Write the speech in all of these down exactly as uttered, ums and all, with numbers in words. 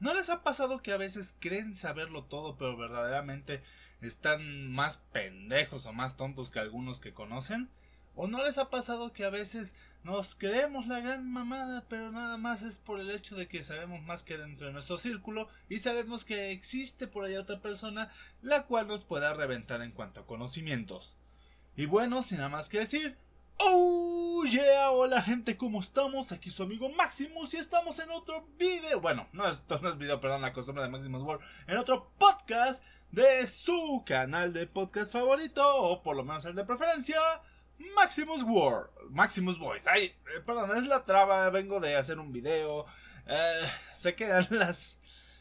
¿No les ha pasado que a veces creen saberlo todo, pero verdaderamente están más pendejos o más tontos que algunos que conocen? ¿O no les ha pasado que a veces nos creemos la gran mamada, pero nada más es por el hecho de que sabemos más que dentro de nuestro círculo y sabemos que existe por ahí otra persona la cual nos pueda reventar en cuanto a conocimientos? Y bueno, sin nada más que decir, ¡oh yeah! Hola gente, ¿cómo estamos? Aquí su amigo Maximus y estamos en otro video. Bueno, no, esto no es video, perdón, la costumbre de Maximus World. En otro podcast de su canal de podcast favorito, o por lo menos el de preferencia, Maximus World. Maximus Voice. Ay, eh, perdón, es la traba, vengo de hacer un video. Eh, se quedan las...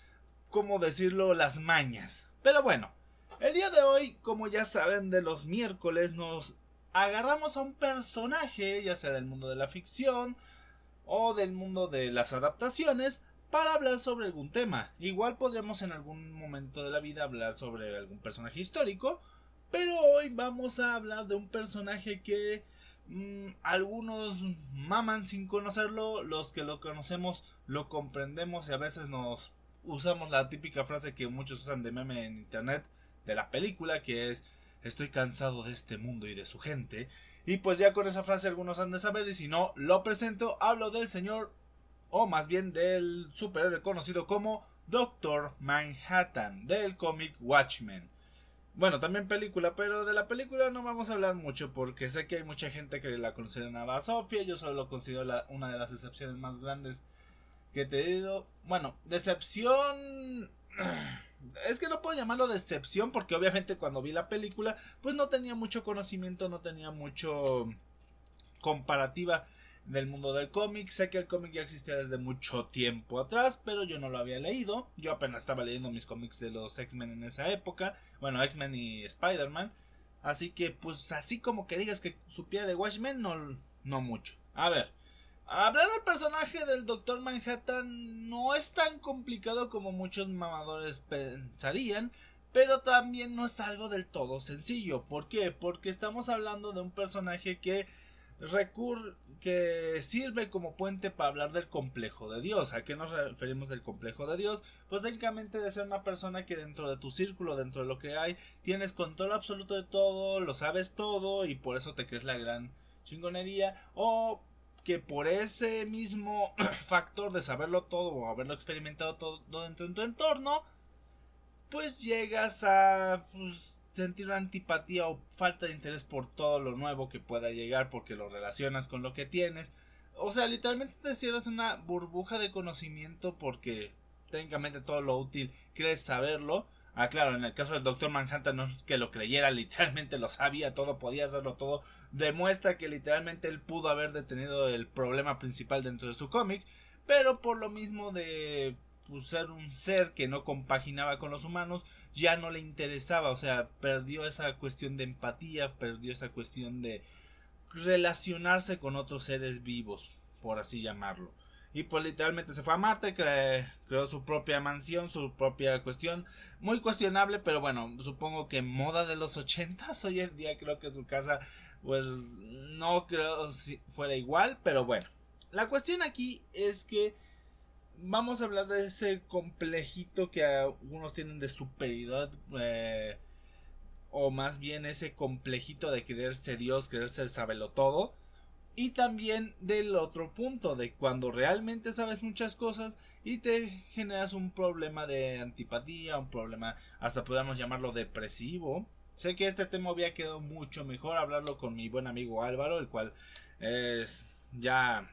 ¿Cómo decirlo? Las mañas. Pero bueno, el día de hoy, como ya saben, de los miércoles nos agarramos a un personaje, ya sea del mundo de la ficción o del mundo de las adaptaciones, para hablar sobre algún tema. Igual podríamos en algún momento de la vida hablar sobre algún personaje histórico, pero hoy vamos a hablar de un personaje que mmm, algunos maman sin conocerlo, los que lo conocemos lo comprendemos y a veces nos usamos la típica frase que muchos usan de meme en internet de la película, que es: estoy cansado de este mundo y de su gente. Y pues ya con esa frase algunos han de saber, y si no, lo presento. Hablo del señor, o más bien del superhéroe conocido como Doctor Manhattan, del cómic Watchmen. Bueno, también película, pero de la película no vamos a hablar mucho porque sé que hay mucha gente que la considera a Sofía. Yo solo lo considero la, una de las excepciones más grandes que te digo. Bueno, decepción... Es que no puedo llamarlo decepción porque obviamente cuando vi la película pues no tenía mucho conocimiento, no tenía mucho comparativa del mundo del cómic. Sé que el cómic ya existía desde mucho tiempo atrás, pero yo no lo había leído. Yo apenas estaba leyendo mis cómics de los X-Men en esa época. Bueno, X-Men y Spider-Man. Así que pues así como que digas que supiera de Watchmen, no, no mucho. A ver, hablar del personaje del Doctor Manhattan no es tan complicado como muchos mamadores pensarían, pero también no es algo del todo sencillo. ¿Por qué? Porque estamos hablando de un personaje que recurre, que sirve como puente para hablar del complejo de Dios. ¿A qué nos referimos del complejo de Dios? Pues técnicamente de ser una persona que dentro de tu círculo, dentro de lo que hay, tienes control absoluto de todo, lo sabes todo y por eso te crees la gran chingonería, o que por ese mismo factor de saberlo todo o haberlo experimentado todo dentro de tu entorno, pues llegas a pues, sentir una antipatía o falta de interés por todo lo nuevo que pueda llegar porque lo relacionas con lo que tienes. O sea, literalmente te cierras una burbuja de conocimiento porque técnicamente todo lo útil crees saberlo. Ah, claro, en el caso del Doctor Manhattan no es que lo creyera, literalmente lo sabía todo, podía hacerlo todo. Demuestra que literalmente él pudo haber detenido el problema principal dentro de su cómic, pero por lo mismo de pues, ser un ser que no compaginaba con los humanos, ya no le interesaba, o sea, perdió esa cuestión de empatía, perdió esa cuestión de relacionarse con otros seres vivos, por así llamarlo. Y pues literalmente se fue a Marte, cre creó su propia mansión, su propia cuestión, muy cuestionable, pero bueno, supongo que moda de los ochentas, hoy en día creo que su casa, pues no creo si fuera igual, pero bueno. La cuestión aquí es que vamos a hablar de ese complejito que algunos tienen de superioridad, eh, o más bien ese complejito de creerse Dios, creerse el sabelo todo. Y también del otro punto, de cuando realmente sabes muchas cosas y te generas un problema de antipatía, un problema, hasta podríamos llamarlo depresivo. Sé que este tema había quedado mucho mejor hablarlo con mi buen amigo Álvaro, el cual es ya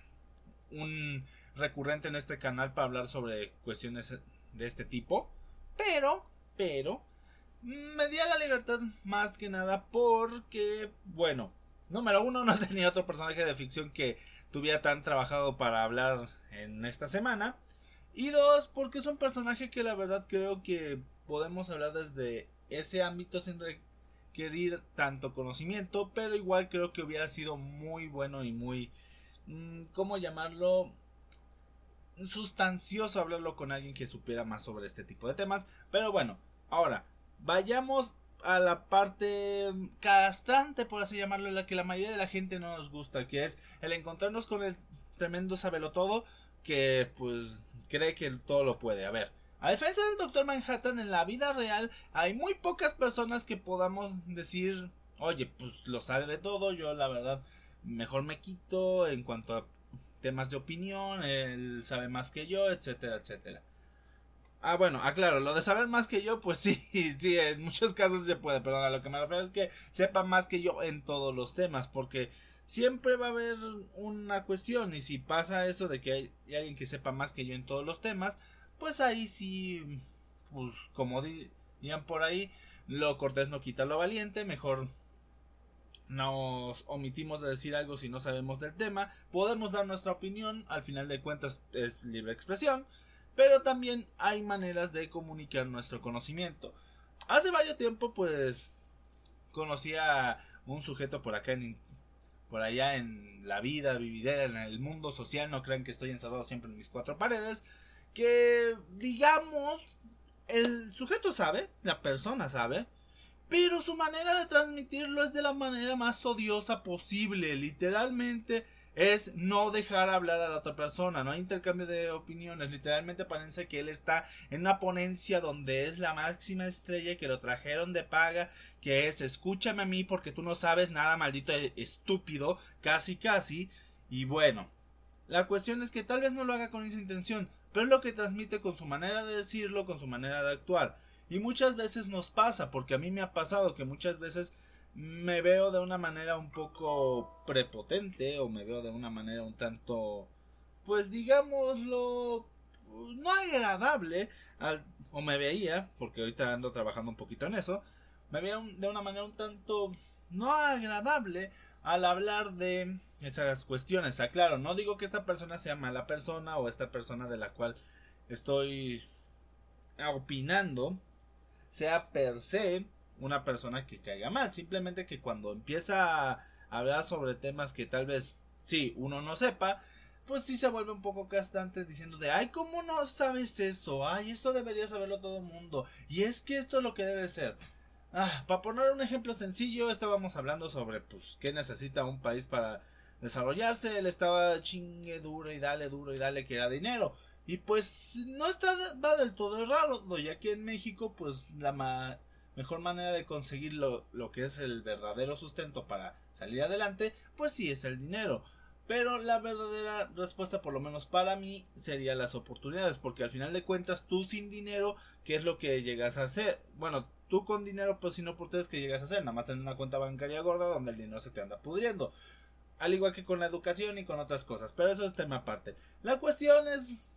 un recurrente en este canal para hablar sobre cuestiones de este tipo. Pero, pero, me di a la libertad más que nada porque, bueno, número uno, no tenía otro personaje de ficción que tuviera tan trabajado para hablar en esta semana. Y dos, porque es un personaje que la verdad creo que podemos hablar desde ese ámbito sin requerir tanto conocimiento, pero igual creo que hubiera sido muy bueno y muy, ¿cómo llamarlo?, sustancioso hablarlo con alguien que supiera más sobre este tipo de temas. Pero bueno, ahora vayamos a la parte castrante, por así llamarlo, la que la mayoría de la gente no nos gusta, que es el encontrarnos con el tremendo sabelotodo que pues cree que todo lo puede. A ver, a defensa del doctor Manhattan, en la vida real hay muy pocas personas que podamos decir, oye, pues lo sabe todo, yo la verdad mejor me quito en cuanto a temas de opinión, él sabe más que yo, etcétera, etcétera. Ah, bueno, aclaro, lo de saber más que yo, pues sí, sí, en muchos casos se puede, perdón, a lo que me refiero es que sepa más que yo en todos los temas, porque siempre va a haber una cuestión, y si pasa eso de que hay, hay alguien que sepa más que yo en todos los temas, pues ahí sí, pues como dirían por ahí, lo cortés no quita lo valiente, mejor nos omitimos de decir algo si no sabemos del tema, podemos dar nuestra opinión, al final de cuentas es libre expresión, pero también hay maneras de comunicar nuestro conocimiento. Hace varios tiempo pues conocí a un sujeto por acá en por allá en la vida vividera, en el mundo social, no crean que estoy encerrado siempre en mis cuatro paredes, que digamos el sujeto sabe, la persona sabe, pero su manera de transmitirlo es de la manera más odiosa posible. Literalmente es no dejar hablar a la otra persona. No hay intercambio de opiniones. Literalmente parece que él está en una ponencia donde es la máxima estrella, que lo trajeron de paga, que es escúchame a mí porque tú no sabes nada, maldito estúpido. Casi casi. Y bueno, la cuestión es que tal vez no lo haga con esa intención, pero es lo que transmite con su manera de decirlo, con su manera de actuar. Y muchas veces nos pasa, porque a mí me ha pasado que muchas veces me veo de una manera un poco prepotente, o me veo de una manera un tanto, pues digámoslo, no agradable, al, o me veía, porque ahorita ando trabajando un poquito en eso, me veía un, de una manera un tanto no agradable al hablar de esas cuestiones. Aclaro, no digo que esta persona sea mala persona, o esta persona de la cual estoy opinando sea per se una persona que caiga mal, simplemente que cuando empieza a hablar sobre temas que tal vez sí uno no sepa, pues sí se vuelve un poco castrante diciendo de ay, ¿cómo no sabes eso? Ay, esto debería saberlo todo el mundo, y es que esto es lo que debe ser. Ah, para poner un ejemplo sencillo, estábamos hablando sobre pues qué necesita un país para desarrollarse. Él estaba chingue duro y dale duro y dale que era dinero. Y pues no está va del todo raro, ya que en México pues la ma mejor manera de conseguir lo, lo que es el verdadero sustento para salir adelante, pues sí es el dinero. Pero la verdadera respuesta, por lo menos para mí, sería las oportunidades, porque al final de cuentas tú sin dinero, ¿qué es lo que llegas a hacer? Bueno, tú con dinero pues sin oportunidades, ¿qué llegas a hacer? Nada más tener una cuenta bancaria gorda donde el dinero se te anda pudriendo. Al igual que con la educación y con otras cosas, pero eso es tema aparte. La cuestión es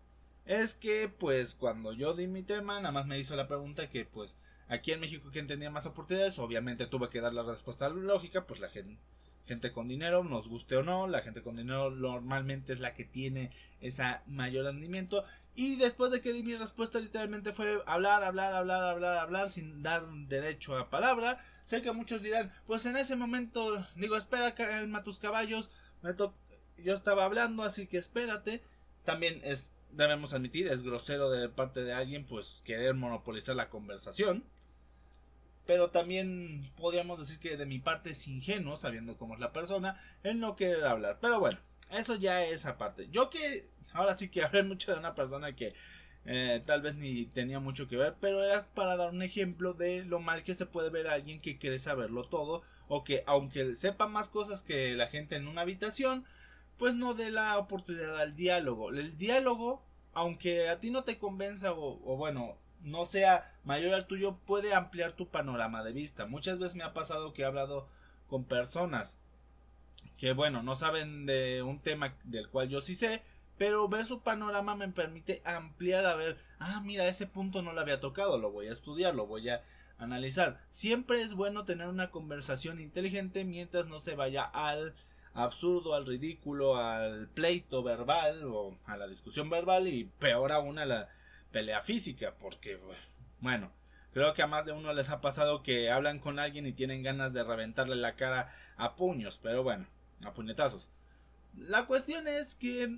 es que pues cuando yo di mi tema, nada más me hizo la pregunta que pues aquí en México quién tenía más oportunidades. Obviamente tuve que dar la respuesta lógica, pues la gente, gente con dinero, nos guste o no, la gente con dinero normalmente es la que tiene ese mayor rendimiento. Y después de que di mi respuesta, literalmente fue hablar, hablar, hablar, hablar, hablar sin dar derecho a palabra. Sé que muchos dirán, pues en ese momento digo, espera, calma tus caballos, me to yo estaba hablando, así que espérate. También es debemos admitir, es grosero de parte de alguien pues querer monopolizar la conversación, pero también podríamos decir que de mi parte es ingenuo, sabiendo cómo es la persona, el no querer hablar. Pero bueno, eso ya es aparte. Yo que ahora sí que hablé mucho de una persona que eh, tal vez ni tenía mucho que ver, pero era para dar un ejemplo de lo mal que se puede ver a alguien que quiere saberlo todo, o que aunque sepa más cosas que la gente en una habitación, pues no dé la oportunidad al diálogo. El diálogo, aunque a ti no te convenza o, o bueno, no sea mayor al tuyo, puede ampliar tu panorama de vista. Muchas veces me ha pasado que he hablado con personas que bueno, no saben de un tema del cual yo sí sé, pero ver su panorama me permite ampliar a ver, ah, mira, ese punto no lo había tocado, lo voy a estudiar, lo voy a analizar. Siempre es bueno tener una conversación inteligente mientras no se vaya al absurdo, al ridículo, al pleito verbal o a la discusión verbal, y peor aún a la pelea física, porque bueno, creo que a más de uno les ha pasado que hablan con alguien y tienen ganas de reventarle la cara a puños, pero bueno, a puñetazos. La cuestión es que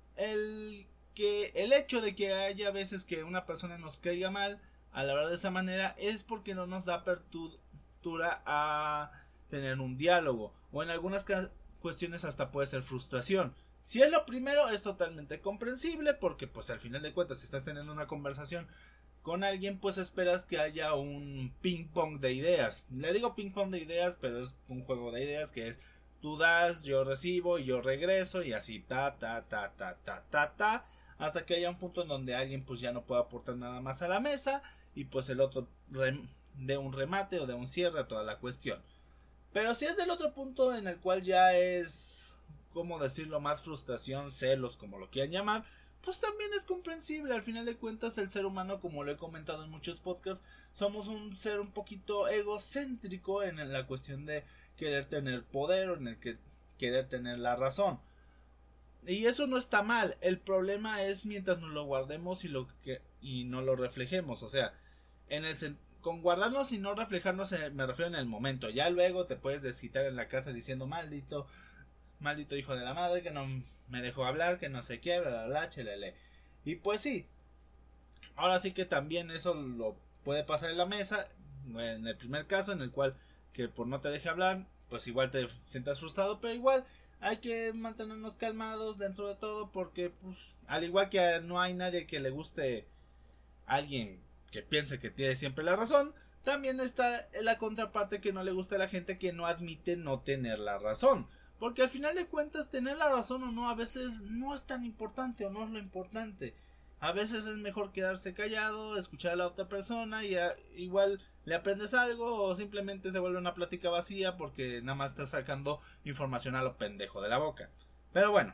el que el hecho de que haya veces que una persona nos caiga mal al hablar de esa manera es porque no nos da apertura a tener un diálogo, o en algunas cuestiones hasta puede ser frustración. Si es lo primero, es totalmente comprensible porque pues al final de cuentas si estás teniendo una conversación con alguien, pues esperas que haya un ping pong de ideas. Le digo ping pong de ideas, pero es un juego de ideas que es tú das, yo recibo y yo regreso y así ta ta ta ta ta ta ta hasta que haya un punto en donde alguien pues ya no pueda aportar nada más a la mesa y pues el otro dé un remate o de un cierre a toda la cuestión. Pero si es del otro punto en el cual ya es, como decirlo, más frustración, celos, como lo quieran llamar, pues también es comprensible. Al final de cuentas el ser humano, como lo he comentado en muchos podcasts, somos un ser un poquito egocéntrico en la cuestión de querer tener poder o en el que querer tener la razón. Y eso no está mal. El problema es mientras nos lo guardemos y, lo que, y no lo reflejemos. O sea, en el con guardarnos y no reflejarnos me refiero en el momento. Ya luego te puedes desquitar en la casa diciendo maldito, maldito hijo de la madre que no me dejó hablar, que no sé qué, bla bla bla, chelele. Y pues sí, ahora sí que también eso lo puede pasar en la mesa. En el primer caso en el cual que por no te deje hablar, pues igual te sientas frustrado, pero igual hay que mantenernos calmados dentro de todo porque pues al igual que no hay nadie que le guste a alguien que piense que tiene siempre la razón, también está la contraparte que no le gusta a la gente que no admite no tener la razón. Porque al final de cuentas tener la razón o no a veces no es tan importante o no es lo importante. A veces es mejor quedarse callado, escuchar a la otra persona y a, igual le aprendes algo o simplemente se vuelve una plática vacía porque nada más estás sacando información a lo pendejo de la boca. Pero bueno,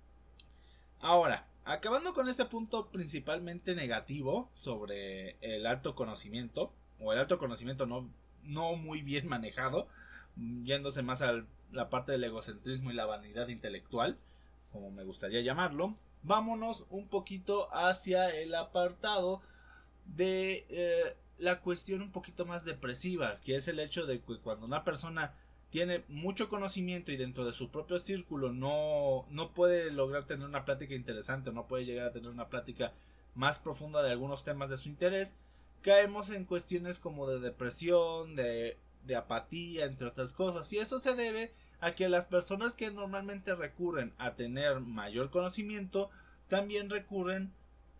ahora, acabando con este punto principalmente negativo sobre el alto conocimiento, o el alto conocimiento no, no muy bien manejado, yéndose más a la parte del egocentrismo y la vanidad intelectual, como me gustaría llamarlo, vámonos un poquito hacia el apartado de eh, la cuestión un poquito más depresiva, que es el hecho de que cuando una persona tiene mucho conocimiento y dentro de su propio círculo no, no puede lograr tener una plática interesante o no puede llegar a tener una plática más profunda de algunos temas de su interés, caemos en cuestiones como de depresión, de, de apatía, entre otras cosas. Y eso se debe a que las personas que normalmente recurren a tener mayor conocimiento también recurren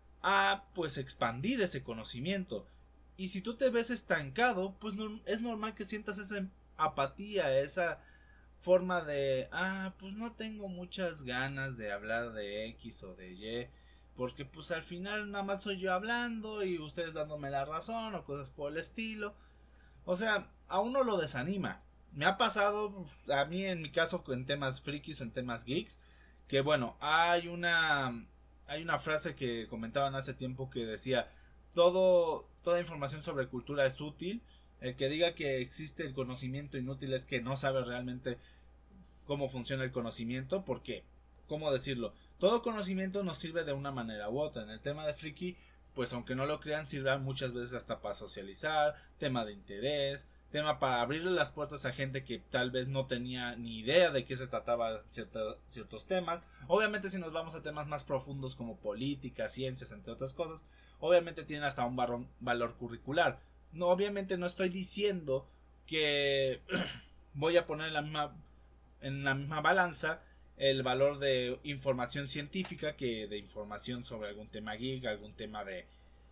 a pues expandir ese conocimiento. Y si tú te ves estancado, pues no, es normal que sientas esa apatía, esa forma de, ah, pues no tengo muchas ganas de hablar de X o de Y, porque pues al final nada más soy yo hablando y ustedes dándome la razón o cosas por el estilo. O sea, a uno lo desanima. Me ha pasado a mí en mi caso en temas frikis o en temas geeks, que bueno, hay una hay una frase que comentaban hace tiempo que decía, todo toda información sobre cultura es útil. El que diga que existe el conocimiento inútil es que no sabe realmente cómo funciona el conocimiento, porque, ¿cómo decirlo? Todo conocimiento nos sirve de una manera u otra. En el tema de friki, pues aunque no lo crean, sirve muchas veces hasta para socializar, tema de interés, tema para abrirle las puertas a gente que tal vez no tenía ni idea de qué se trataba cierta, ciertos temas. Obviamente si nos vamos a temas más profundos como política, ciencias, entre otras cosas, obviamente tienen hasta un barro, valor curricular. No, obviamente no estoy diciendo que voy a poner en la misma en la misma balanza el valor de información científica que de información sobre algún tema geek, algún tema de,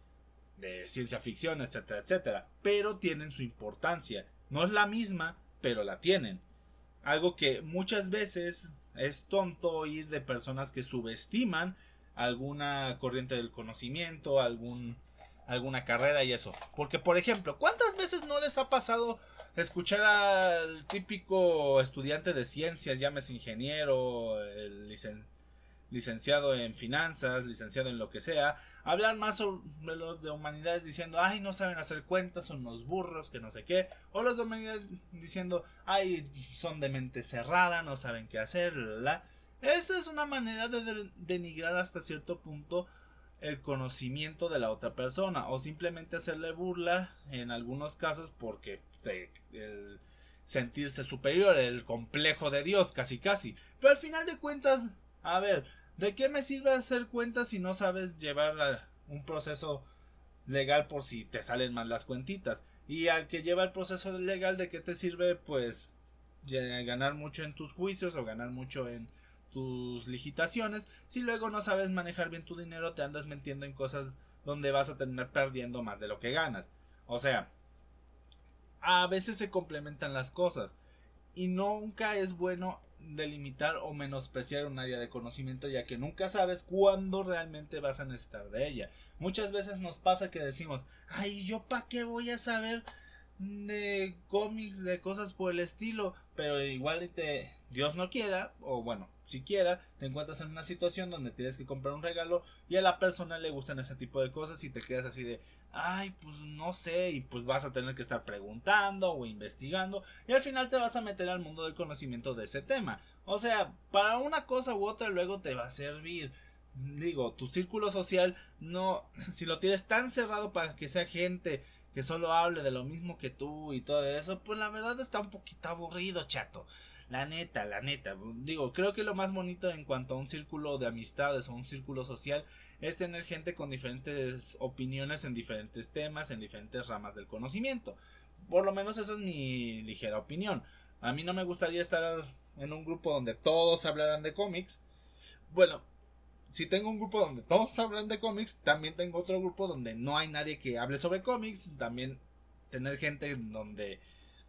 de ciencia ficción, etcétera, etcétera. Pero tienen su importancia. No es la misma, pero la tienen. Algo que muchas veces es tonto oír de personas que subestiman alguna corriente del conocimiento, algún alguna carrera y eso. Porque, por ejemplo, ¿cuántas veces no les ha pasado escuchar al típico estudiante de ciencias, llámese ingeniero, el licen licenciado en finanzas, licenciado en lo que sea, hablar más sobre los de humanidades diciendo, ay, no saben hacer cuentas, son unos burros, que no sé qué, o los de humanidades diciendo, ay, son de mente cerrada, no saben qué hacer, bla, bla, bla. Esa es una manera de denigrar hasta cierto punto el conocimiento de la otra persona o simplemente hacerle burla en algunos casos porque te, el sentirse superior, el complejo de Dios casi casi, pero al final de cuentas, a ver, ¿de qué me sirve hacer cuentas si no sabes llevar un proceso legal por si te salen mal las cuentitas? Y al que lleva el proceso legal, ¿de qué te sirve pues ganar mucho en tus juicios o ganar mucho en tus licitaciones si luego no sabes manejar bien tu dinero, te andas metiendo en cosas donde vas a terminar perdiendo más de lo que ganas? O sea, a veces se complementan las cosas y nunca es bueno delimitar o menospreciar un área de conocimiento, ya que nunca sabes cuándo realmente vas a necesitar de ella. Muchas veces nos pasa que decimos, ay, ¿yo para qué voy a saber de cómics, de cosas por el estilo? Pero igual te, Dios no quiera, o bueno, si quiera, te encuentras en una situación donde tienes que comprar un regalo y a la persona le gustan ese tipo de cosas y te quedas así de, ay, pues no sé, y pues vas a tener que estar preguntando o investigando y al final te vas a meter al mundo del conocimiento de ese tema. O sea, para una cosa u otra luego te va a servir. Digo, tu círculo social no, si lo tienes tan cerrado para que sea gente que solo hable de lo mismo que tú y todo eso, pues la verdad está un poquito aburrido, chato. La neta, la neta. Digo, creo que lo más bonito en cuanto a un círculo de amistades o un círculo social es tener gente con diferentes opiniones en diferentes temas, en diferentes ramas del conocimiento. Por lo menos esa es mi ligera opinión. A mí no me gustaría estar en un grupo donde todos hablaran de cómics. Bueno, si tengo un grupo donde todos hablan de cómics, también tengo otro grupo donde no hay nadie que hable sobre cómics. También tener gente donde...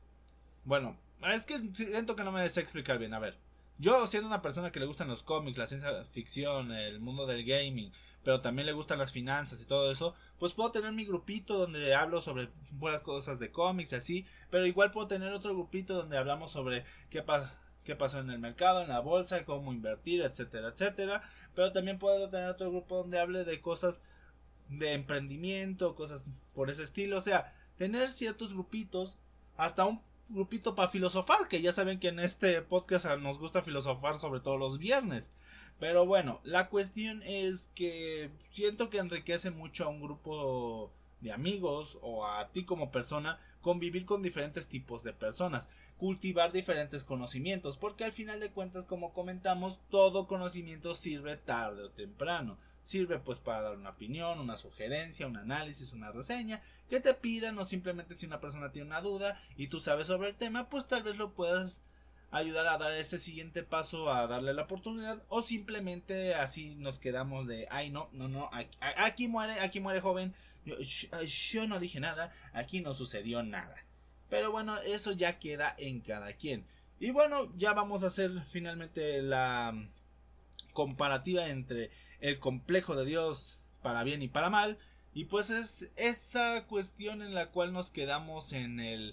Bueno, es que siento que no me sé explicar bien. A ver, yo siendo una persona que le gustan los cómics, la ciencia ficción, el mundo del gaming, pero también le gustan las finanzas y todo eso, pues puedo tener mi grupito donde hablo sobre buenas cosas de cómics y así, pero igual puedo tener otro grupito donde hablamos sobre qué pasa, qué pasó en el mercado, en la bolsa, cómo invertir, etcétera, etcétera. Pero también puedo tener otro grupo donde hable de cosas de emprendimiento, cosas por ese estilo. O sea, tener ciertos grupitos, hasta un grupito para filosofar, que ya saben que en este podcast nos gusta filosofar sobre todo los viernes. Pero bueno, la cuestión es que siento que enriquece mucho a un grupo de amigos o a ti como persona convivir con diferentes tipos de personas, cultivar diferentes conocimientos, porque al final de cuentas, como comentamos, todo conocimiento sirve tarde o temprano. Sirve pues para dar una opinión, una sugerencia, un análisis, una reseña que te pidan, o simplemente si una persona tiene una duda y tú sabes sobre el tema, pues tal vez lo puedas ayudar a dar ese siguiente paso, a darle la oportunidad, o simplemente así nos quedamos de, ay no, no, no, aquí, aquí muere, aquí muere joven, yo, yo no dije nada, aquí no sucedió nada. Pero bueno, eso ya queda en cada quien. Y bueno, ya vamos a hacer finalmente la comparativa entre el complejo de Dios para bien y para mal. Y pues es esa cuestión en la cual nos quedamos en el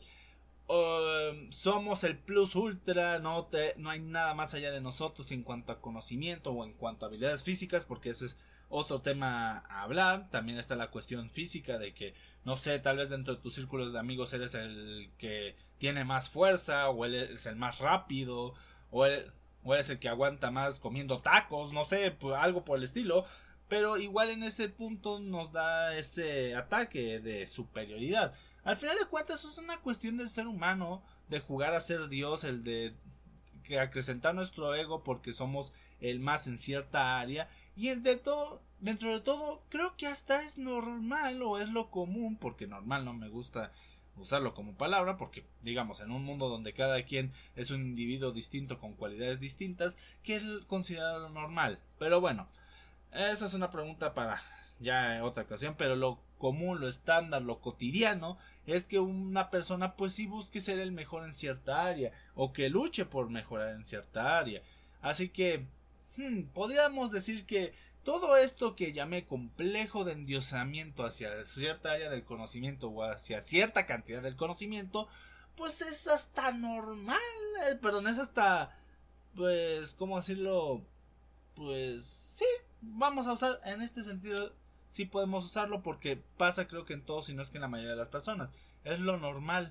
Uh, somos el plus ultra, no, te, no hay nada más allá de nosotros en cuanto a conocimiento o en cuanto a habilidades físicas, porque eso es otro tema a hablar. También está la cuestión física de que, no sé, tal vez dentro de tus círculos de amigos eres el que tiene más fuerza, o eres el más rápido, o eres, o eres el que aguanta más comiendo tacos, no sé, pues, algo por el estilo. Pero igual en ese punto nos da ese ataque de superioridad. Al final de cuentas es una cuestión del ser humano, de jugar a ser Dios, el de acrecentar nuestro ego porque somos el más en cierta área. Y de todo, dentro de todo, creo que hasta es normal o es lo común, porque normal no me gusta usarlo como palabra, porque digamos en un mundo donde cada quien es un individuo distinto con cualidades distintas, que es considerado normal. Pero bueno, esa es una pregunta para ya en otra ocasión, pero lo común, lo estándar, lo cotidiano es que una persona pues sí busque ser el mejor en cierta área o que luche por mejorar en cierta área. Así que hmm, podríamos decir que todo esto que llamé complejo de endiosamiento hacia cierta área del conocimiento o hacia cierta cantidad del conocimiento, pues es hasta normal, eh, perdón, es hasta, pues, ¿cómo decirlo? Pues sí, vamos a usar en este sentido, sí podemos usarlo porque pasa creo que en todos, si no es que en la mayoría de las personas. Es lo normal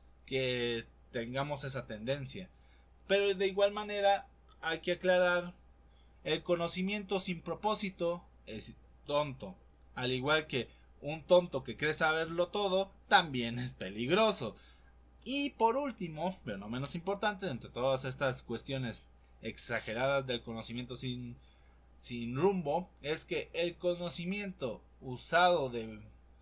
que tengamos esa tendencia. Pero de igual manera hay que aclarar, el conocimiento sin propósito es tonto. Al igual que un tonto que cree saberlo todo, también es peligroso. Y por último, pero no menos importante, entre todas estas cuestiones exageradas del conocimiento sin, sin rumbo, es que el conocimiento usado de,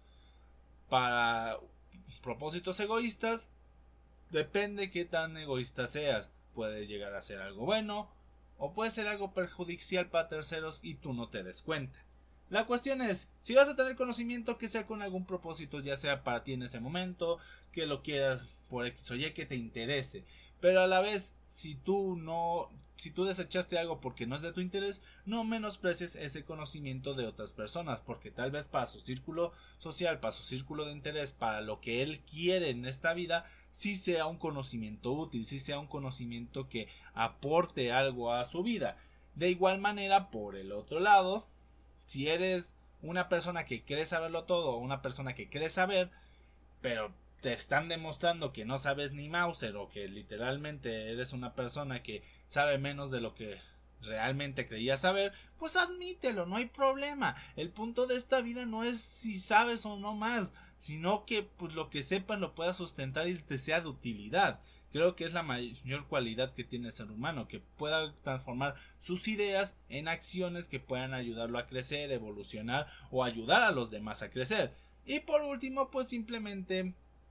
para propósitos egoístas, depende qué tan egoísta seas. Puede llegar a ser algo bueno o puede ser algo perjudicial para terceros y tú no te des cuenta. La cuestión es, si vas a tener conocimiento, que sea con algún propósito, ya sea para ti en ese momento, que lo quieras por X o Y, que te interese. Pero a la vez, si tú no, si tú desechaste algo porque no es de tu interés, no menosprecies ese conocimiento de otras personas, porque tal vez para su círculo social, para su círculo de interés, para lo que él quiere en esta vida, sí sea un conocimiento útil, sí sea un conocimiento que aporte algo a su vida. De igual manera, por el otro lado, si eres una persona que cree saberlo todo, o una persona que cree saber, pero te están demostrando que no sabes ni Mauser, o que literalmente eres una persona que sabe menos de lo que realmente creía saber, pues admítelo, no hay problema. El punto de esta vida no es si sabes o no más, sino que pues lo que sepas lo puedas sustentar y te sea de utilidad. Creo que es la mayor cualidad que tiene el ser humano, que pueda transformar sus ideas en acciones que puedan ayudarlo a crecer, evolucionar o ayudar a los demás a crecer. Y por último, pues simplemente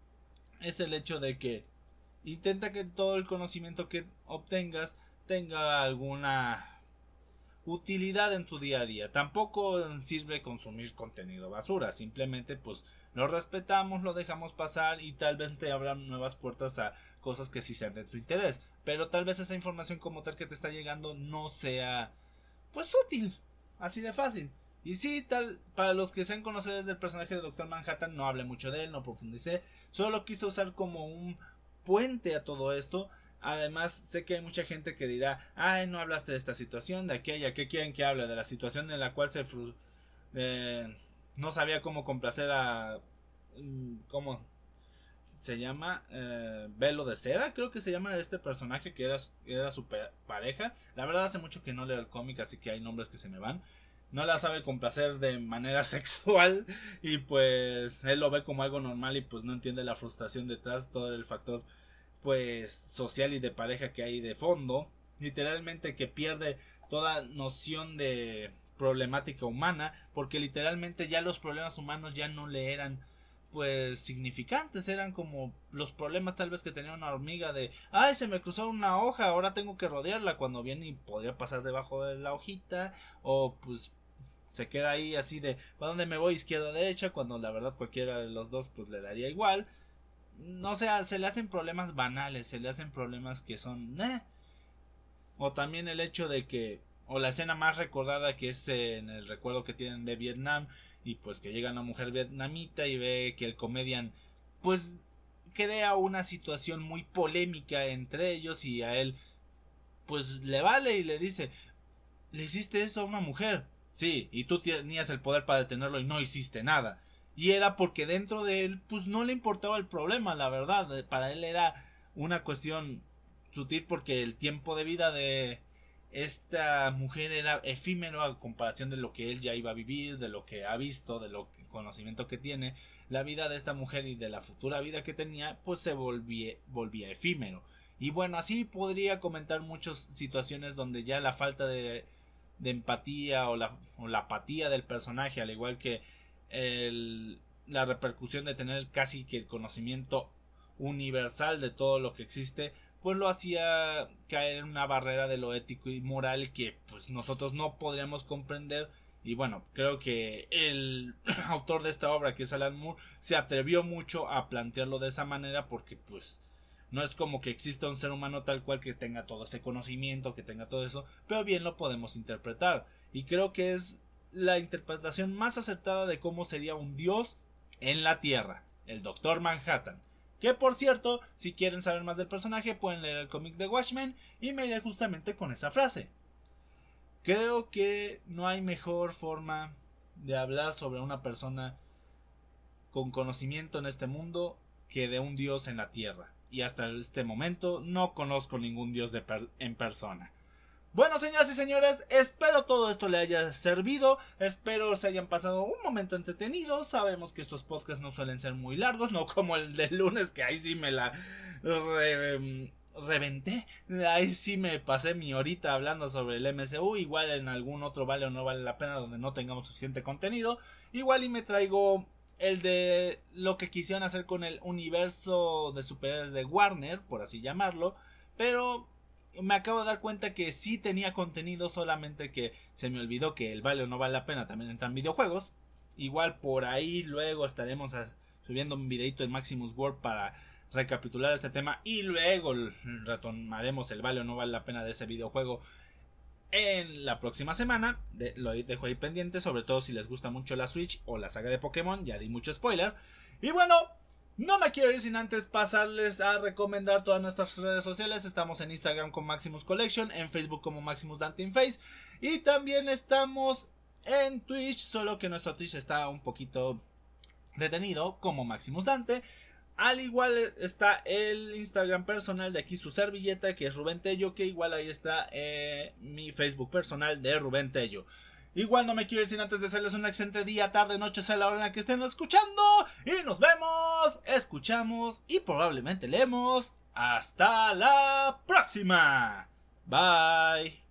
es el hecho de que intenta que todo el conocimiento que obtengas tenga alguna utilidad en tu día a día. Tampoco sirve consumir contenido basura, simplemente pues lo respetamos, lo dejamos pasar y tal vez te abran nuevas puertas a cosas que sí sean de tu interés, pero tal vez esa información como tal que te está llegando no sea pues útil, así de fácil. Y sí, tal, para los que sean conocedores del personaje de Doctor Manhattan, no hablé mucho de él, no profundicé, solo quise usar como un puente a todo esto. Además, sé que hay mucha gente que dirá, ay, no hablaste de esta situación, de aquella, ¿qué quieren que hable? De la situación en la cual se fru eh, no sabía cómo complacer a... ¿Cómo se llama? Eh, Velo de Seda, creo que se llama este personaje que era, era su pareja. La verdad hace mucho que no leo el cómic, así que hay nombres que se me van. No la sabe complacer de manera sexual y pues él lo ve como algo normal y pues no entiende la frustración detrás, todo el factor pues social y de pareja que hay de fondo. Literalmente que pierde toda noción de problemática humana, porque literalmente ya los problemas humanos ya no le eran pues significantes, eran como los problemas tal vez que tenía una hormiga de, ay, se me cruzó una hoja, ahora tengo que rodearla, cuando viene y podría pasar debajo de la hojita, o pues se queda ahí así de, ¿para dónde me voy? Izquierda, derecha, cuando la verdad cualquiera de los dos pues le daría igual. No sé, se le hacen problemas banales, se le hacen problemas que son, eh. O también el hecho de que, o la escena más recordada que es en el recuerdo que tienen de Vietnam, y pues que llega una mujer vietnamita y ve que el comedian pues crea una situación muy polémica entre ellos y a él pues le vale y le dice, le hiciste eso a una mujer, sí, y tú tenías el poder para detenerlo y no hiciste nada. Y era porque dentro de él pues no le importaba el problema, la verdad, para él era una cuestión sutil porque el tiempo de vida de esta mujer era efímero a comparación de lo que él ya iba a vivir, de lo que ha visto, de lo que conocimiento que tiene. La vida de esta mujer y de la futura vida que tenía pues se volvía, volvía efímero. Y bueno, así podría comentar muchas situaciones donde ya la falta de, de empatía o la, o la apatía del personaje, al igual que el, la repercusión de tener casi que el conocimiento universal de todo lo que existe, pues lo hacía caer en una barrera de lo ético y moral que pues nosotros no podríamos comprender. Y bueno, creo que el autor de esta obra, que es Alan Moore, se atrevió mucho a plantearlo de esa manera porque pues no es como que exista un ser humano tal cual que tenga todo ese conocimiento, que tenga todo eso, pero bien lo podemos interpretar. Y creo que es la interpretación más acertada de cómo sería un dios en la Tierra, el Doctor Manhattan. Que por cierto, si quieren saber más del personaje, pueden leer el cómic de Watchmen y me iré justamente con esa frase. Creo que no hay mejor forma de hablar sobre una persona con conocimiento en este mundo que de un dios en la Tierra. Y hasta este momento no conozco ningún dios de per en persona. Bueno, señoras y señores, espero todo esto le haya servido, espero se hayan pasado un momento entretenido. Sabemos que estos podcasts no suelen ser muy largos, no como el del lunes, que ahí sí me la re, reventé, ahí sí me pasé mi horita hablando sobre el M C U. Igual en algún otro vale o no vale la pena donde no tengamos suficiente contenido, igual y me traigo el de lo que quisieron hacer con el universo de superhéroes de Warner, por así llamarlo, pero me acabo de dar cuenta que sí tenía contenido, solamente que se me olvidó que el vale o no vale la pena también entran videojuegos. Igual por ahí luego estaremos a, subiendo un videito en Maximus World para recapitular este tema, y luego retomaremos el vale o no vale la pena de ese videojuego en la próxima semana. De, lo dejo ahí pendiente, sobre todo si les gusta mucho la Switch o la saga de Pokémon. Ya di mucho spoiler. Y bueno, no me quiero ir sin antes pasarles a recomendar todas nuestras redes sociales. Estamos en Instagram con Maximus Collection, en Facebook como Maximus Dante in Face, y también estamos en Twitch, solo que nuestro Twitch está un poquito detenido, como Maximus Dante. Al igual está el Instagram personal de aquí su servilleta, que es Rubén Tello, que igual ahí está eh, mi Facebook personal de Rubén Tello. Igual no me quiero ir sin antes desearles un excelente día, tarde, noche, sea la hora en la que estén escuchando. Y nos vemos, escuchamos y probablemente leemos. Hasta la próxima. Bye.